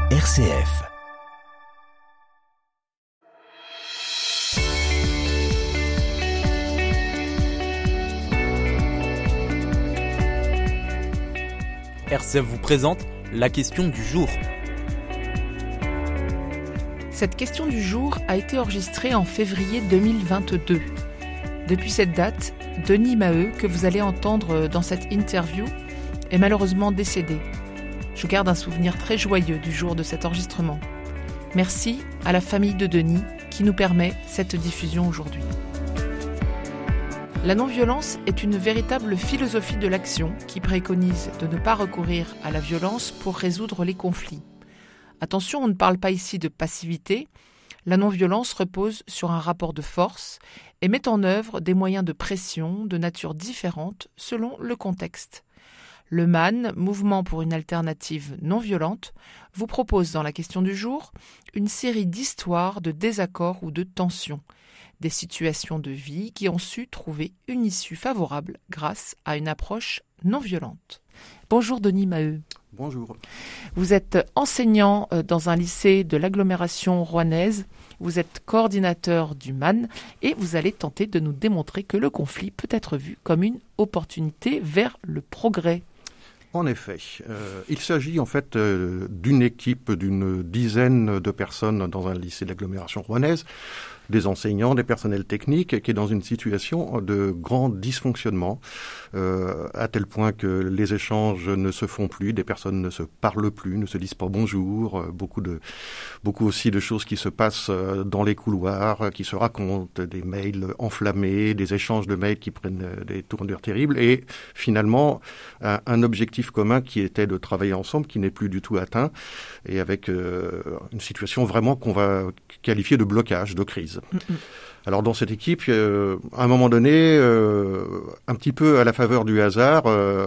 RCF. RCF vous présente la question du jour. Cette question du jour a été enregistrée en février 2022. Depuis cette date, Denis Maheu, que vous allez entendre dans cette interview, est malheureusement décédé. Je garde un souvenir très joyeux du jour de cet enregistrement. Merci à la famille de Denis qui nous permet cette diffusion aujourd'hui. La non-violence est une véritable philosophie de l'action qui préconise de ne pas recourir à la violence pour résoudre les conflits. Attention, on ne parle pas ici de passivité. La non-violence repose sur un rapport de force et met en œuvre des moyens de pression de nature différente selon le contexte. Le MAN, Mouvement pour une alternative non violente, vous propose dans la question du jour une série d'histoires de désaccords ou de tensions, des situations de vie qui ont su trouver une issue favorable grâce à une approche non violente. Bonjour Denis Maheu. Bonjour. Vous êtes enseignant dans un lycée de l'agglomération rouennaise, vous êtes coordinateur du MAN et vous allez tenter de nous démontrer que le conflit peut être vu comme une opportunité vers le progrès. En effet, il s'agit en fait d'une équipe d'une dizaine de personnes dans un lycée de l'agglomération rouennaise, des enseignants, des personnels techniques, qui est dans une situation de grand dysfonctionnement, à tel point que les échanges ne se font plus, des personnes ne se parlent plus, ne se disent pas bonjour, beaucoup aussi de choses qui se passent dans les couloirs, qui se racontent, des mails enflammés, des échanges de mails qui prennent des tournures terribles, et finalement un objectif commun qui était de travailler ensemble, qui n'est plus du tout atteint, et avec une situation vraiment qu'on va qualifier de blocage, de crise. Alors dans cette équipe, à un moment donné, un petit peu à la faveur du hasard,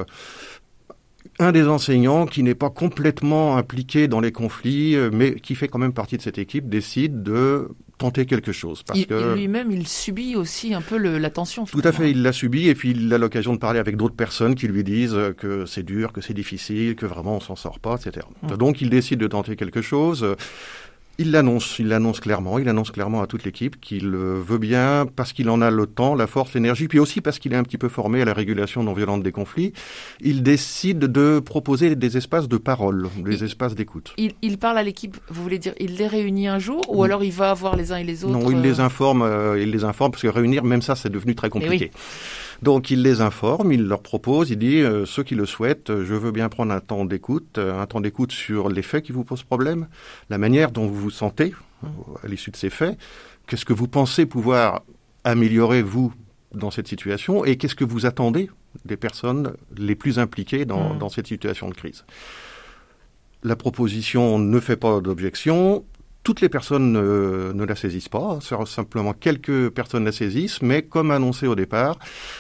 un des enseignants qui n'est pas complètement impliqué dans les conflits, mais qui fait quand même partie de cette équipe, décide de tenter quelque chose. Parce que lui-même, il subit aussi un peu la tension. Tout à fait, il l'a subi et puis il a l'occasion de parler avec d'autres personnes qui lui disent que c'est dur, que c'est difficile, que vraiment on s'en sort pas, etc. Donc il décide de tenter quelque chose. Il l'annonce clairement à toute l'équipe qu'il veut bien, parce qu'il en a le temps, la force, l'énergie, puis aussi parce qu'il est un petit peu formé à la régulation non violente des conflits. Il décide de proposer des espaces de parole, des espaces d'écoute. Il parle à l'équipe, vous voulez dire, il les réunit un jour, ou alors il va voir les uns et les autres? Non, il les informe, parce que réunir, même ça, c'est devenu très compliqué. Donc il les informe, il leur propose, il dit ceux qui le souhaitent, je veux bien prendre un temps d'écoute sur les faits qui vous posent problème, la manière dont vous vous sentez à l'issue de ces faits, qu'est-ce que vous pensez pouvoir améliorer vous dans cette situation et qu'est-ce que vous attendez des personnes les plus impliquées dans cette situation de crise. La proposition ne fait pas d'objection. Toutes les personnes ne la saisissent pas, simplement quelques personnes la saisissent, mais comme annoncé au départ,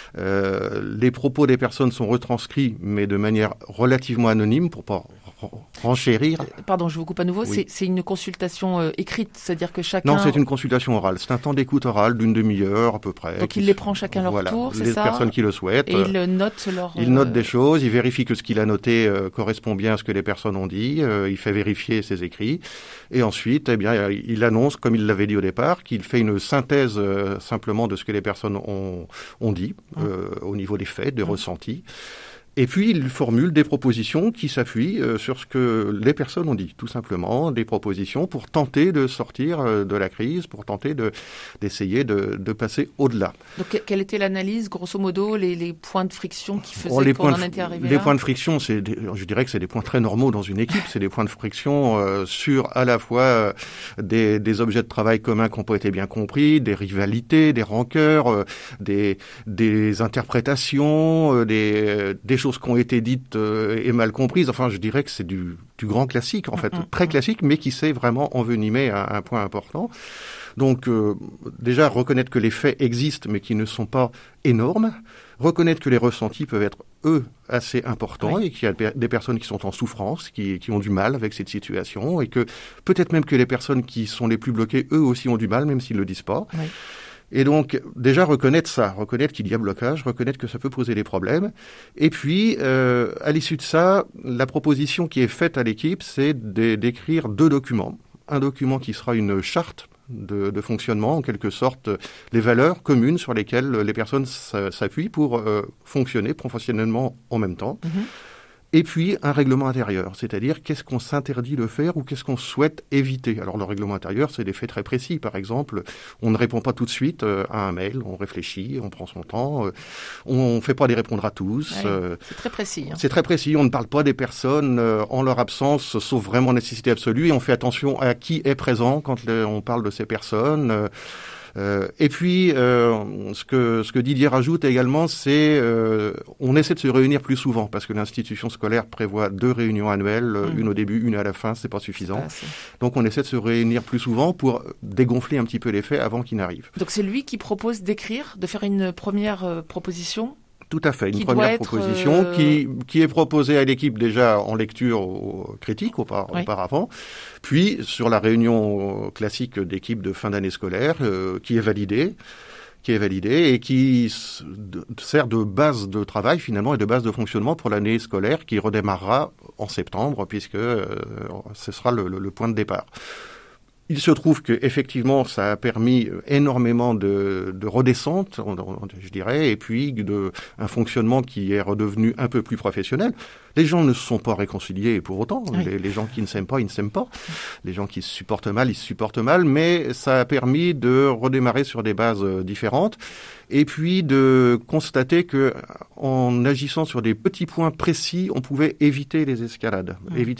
les propos des personnes sont retranscrits, mais de manière relativement anonyme pour pas renchérir. Pardon, je vous coupe à nouveau, oui. C'est une consultation écrite, c'est-à-dire que chacun... Non, c'est une consultation orale, c'est un temps d'écoute orale d'une demi-heure à peu près. Donc il les prend chacun leur tour, c'est ça? Les personnes qui le souhaitent. Et il note leur... Il note des choses, il vérifie que ce qu'il a noté correspond bien à ce que les personnes ont dit, il fait vérifier ses écrits, et ensuite, il annonce, comme il l'avait dit au départ, qu'il fait une synthèse simplement de ce que les personnes ont dit, au niveau des faits, des ressentis. Et puis, il formule des propositions qui s'appuient sur ce que les personnes ont dit, tout simplement, des propositions pour tenter de sortir de la crise, pour tenter d'essayer de passer au-delà. Donc, quelle était l'analyse, grosso modo, les points de friction qui faisaient qu'on en était arrivé là? Les points de friction, je dirais que c'est des points très normaux dans une équipe, c'est des points de friction sur à la fois des objets de travail communs qui n'ont pas été bien compris, des rivalités, des rancœurs, des interprétations, des choses qui ont été dites et mal comprises. Enfin, je dirais que c'est du grand classique, en fait, très classique, mais qui s'est vraiment envenimé à un point important. Donc, déjà, reconnaître que les faits existent, mais qui ne sont pas énormes. Reconnaître que les ressentis peuvent être, eux, assez importants et qu'il y a des personnes qui sont en souffrance, qui ont du mal avec cette situation et que peut-être même que les personnes qui sont les plus bloquées, eux aussi ont du mal, même s'ils ne le disent pas. Oui. Et donc, déjà reconnaître qu'il y a blocage, reconnaître que ça peut poser des problèmes. Et puis, à l'issue de ça, la proposition qui est faite à l'équipe, c'est d'écrire 2 documents. Un document qui sera une charte de fonctionnement, en quelque sorte, les valeurs communes sur lesquelles les personnes s'appuient pour fonctionner professionnellement en même temps. Et puis, un règlement intérieur, c'est-à-dire qu'est-ce qu'on s'interdit de faire ou qu'est-ce qu'on souhaite éviter. Alors, le règlement intérieur, c'est des faits très précis. Par exemple, on ne répond pas tout de suite à un mail, on réfléchit, on prend son temps, on ne fait pas les répondre à tous. C'est très précis. C'est très précis, on ne parle pas des personnes en leur absence, sauf vraiment nécessité absolue, et on fait attention à qui est présent quand on parle de ces personnes. Et puis, ce que Didier rajoute également, c'est on essaie de se réunir plus souvent parce que l'institution scolaire prévoit 2 réunions annuelles, une au début, une à la fin, c'est pas suffisant. Donc, on essaie de se réunir plus souvent pour dégonfler un petit peu les faits avant qu'ils n'arrivent. Donc, c'est lui qui propose d'écrire, de faire une première proposition. Tout à fait, une première proposition qui est proposée à l'équipe déjà en lecture critique auparavant, puis sur la réunion classique d'équipe de fin d'année scolaire qui est validée et qui sert de base de travail finalement et de base de fonctionnement pour l'année scolaire qui redémarrera en septembre puisque ce sera le point de départ. Il se trouve que effectivement, ça a permis énormément de redescente, je dirais, et puis un fonctionnement qui est redevenu un peu plus professionnel. Les gens ne se sont pas réconciliés pour autant. Oui. Les gens qui ne s'aiment pas, ils ne s'aiment pas. Les gens qui se supportent mal, ils se supportent mal. Mais ça a permis de redémarrer sur des bases différentes. Et puis de constater que, en agissant sur des petits points précis, on pouvait éviter les escalades.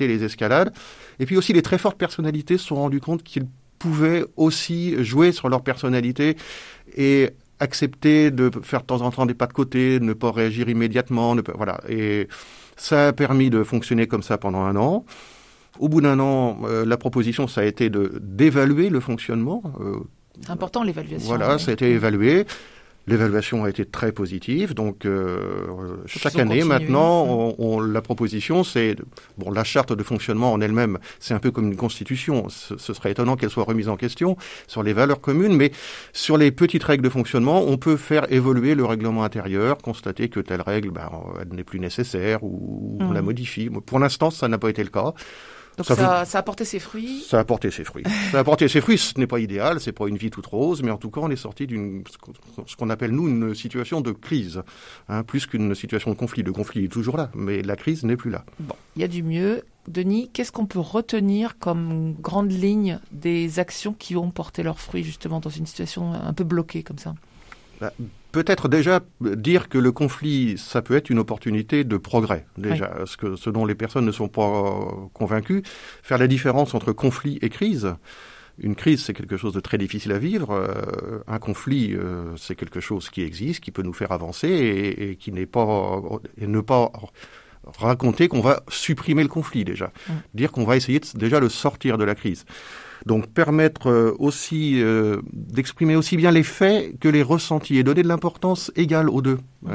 Et puis aussi, les très fortes personnalités se sont rendues compte qu'ils pouvaient aussi jouer sur leur personnalité et accepter de faire de temps en temps des pas de côté, ne pas réagir immédiatement, voilà. Et ça a permis de fonctionner comme ça pendant 1 an. Au bout d'1 an, la proposition, ça a été d'évaluer le fonctionnement. C'est important, l'évaluation. Voilà, ça a été évalué. L'évaluation a été très positive, donc chaque année maintenant, la proposition, c'est la charte de fonctionnement en elle-même, c'est un peu comme une constitution. Ce serait étonnant qu'elle soit remise en question sur les valeurs communes, mais sur les petites règles de fonctionnement, on peut faire évoluer le règlement intérieur, constater que telle règle, elle n'est plus nécessaire ou on la modifie. Pour l'instant, ça n'a pas été le cas. Donc ça a porté ses fruits. Ça a porté ses fruits. Ce n'est pas idéal, c'est pas une vie toute rose, mais en tout cas, on est sorti ce qu'on appelle nous une situation de crise, plus qu'une situation de conflit. Le conflit est toujours là, mais la crise n'est plus là. Bon, il y a du mieux. Denis, qu'est-ce qu'on peut retenir comme grande ligne des actions qui ont porté leurs fruits justement dans une situation un peu bloquée comme ça? Peut-être déjà dire que le conflit, ça peut être une opportunité de progrès, déjà. Oui. Ce dont les personnes ne sont pas convaincues, faire la différence entre conflit et crise. Une crise, c'est quelque chose de très difficile à vivre. Un conflit, c'est quelque chose qui existe, qui peut nous faire avancer et qui n'est pas... et ne pas raconter qu'on va supprimer le conflit, déjà. Dire qu'on va essayer déjà de sortir de la crise. Donc permettre aussi d'exprimer aussi bien les faits que les ressentis et donner de l'importance égale aux deux.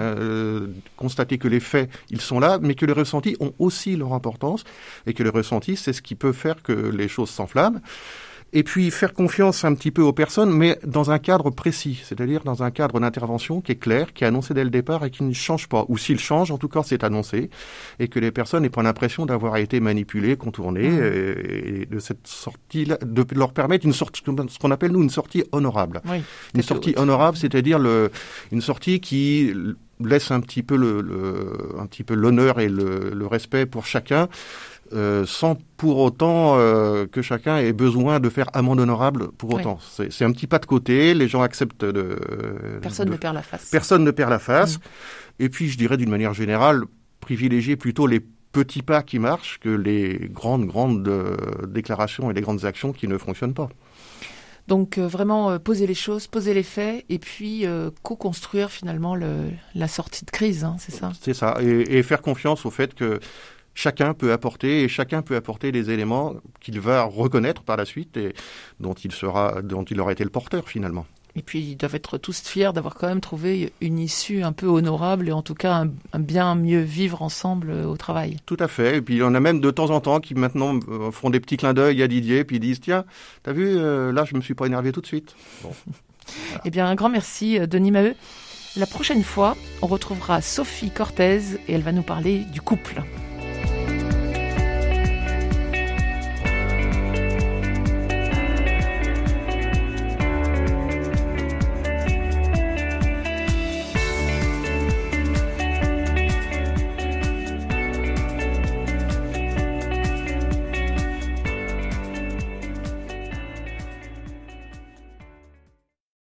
Constater que les faits, ils sont là, mais que les ressentis ont aussi leur importance et que les ressentis, c'est ce qui peut faire que les choses s'enflamment. Et puis faire confiance un petit peu aux personnes, mais dans un cadre précis, c'est-à-dire dans un cadre d'intervention qui est clair, qui est annoncé dès le départ et qui ne change pas. Ou s'il change, en tout cas, c'est annoncé, et que les personnes n'aient pas l'impression d'avoir été manipulées, contournées, et de cette sortie-là, de leur permettre ce qu'on appelle nous une sortie honorable. Oui, une sortie honorable, c'est-à-dire une sortie qui laisse un petit peu l'honneur et le respect pour chacun. Sans pour autant que chacun ait besoin de faire amende honorable pour autant. C'est un petit pas de côté, les gens acceptent Personne ne perd la face. Personne ne perd la face. Et puis, je dirais d'une manière générale, privilégier plutôt les petits pas qui marchent que les grandes déclarations et les grandes actions qui ne fonctionnent pas. Donc vraiment poser les choses, poser les faits et puis co-construire finalement la sortie de crise, c'est ça? C'est ça, et faire confiance au fait que chacun peut apporter des éléments qu'il va reconnaître par la suite et dont il aura été le porteur finalement. Et puis ils doivent être tous fiers d'avoir quand même trouvé une issue un peu honorable et en tout cas un bien mieux vivre ensemble au travail. Tout à fait. Et puis il y en a même de temps en temps qui maintenant font des petits clins d'œil à Didier puis ils disent tiens, t'as vu là je me suis pas énervé tout de suite. Bon. Voilà. Eh bien, un grand merci, Denis Maheu. La prochaine fois, on retrouvera Sophie Cortez et elle va nous parler du couple.